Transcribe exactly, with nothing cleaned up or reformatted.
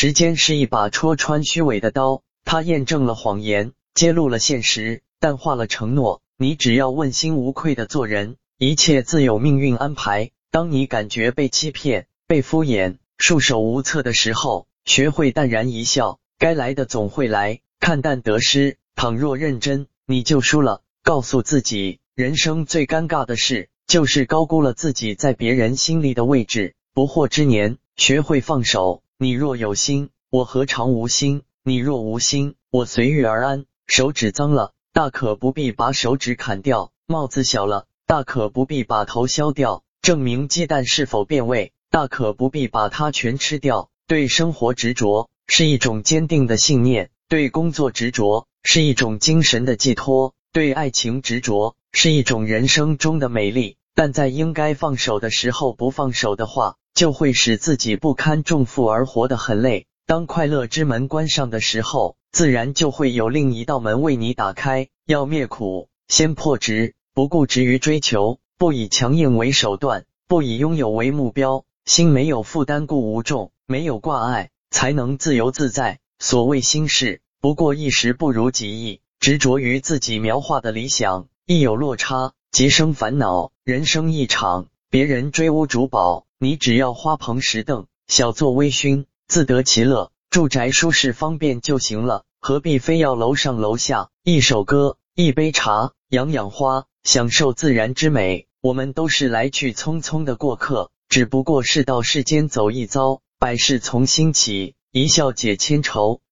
时间是一把戳穿虚伪的刀，它验证了谎言，揭露了现实，淡化了承诺。你只要问心无愧地做人，一切自有命运安排。当你感觉被欺骗、被敷衍、束手无策的时候，学会淡然一笑，该来的总会来，看淡得失。倘若认真，你就输了。告诉自己，人生最尴尬的事，就是高估了自己在别人心里的位置。不惑之年，学会放手。你若有心，我何尝无心；你若无心，我随遇而安。手指脏了，大可不必把手指砍掉；帽子小了，大可不必把头削掉；证明鸡蛋是否变味，大可不必把它全吃掉。对生活执着是一种坚定的信念，对工作执着是一种精神的寄托，对爱情执着是一种人生中的美丽。但在应该放手的时候不放手的话，就会使自己不堪重负而活得很累。当快乐之门关上的时候，自然就会有另一道门为你打开。要灭苦，先破执，不固执于追求，不以强硬为手段，不以拥有为目标。心没有负担故无重，没有挂碍，才能自由自在。所谓心事，不过一时不如己意，执着于自己描画的理想，一有落差，即生烦恼。人生一场，别人追屋逐宝，你只要花棚石凳，小坐微醺，自得其乐，住宅舒适方便就行了，何必非要楼上楼下？一首歌，一杯茶，养养花，享受自然之美。我们都是来去匆匆的过客，只不过是到世间走一遭，百事从心起，一笑解千愁。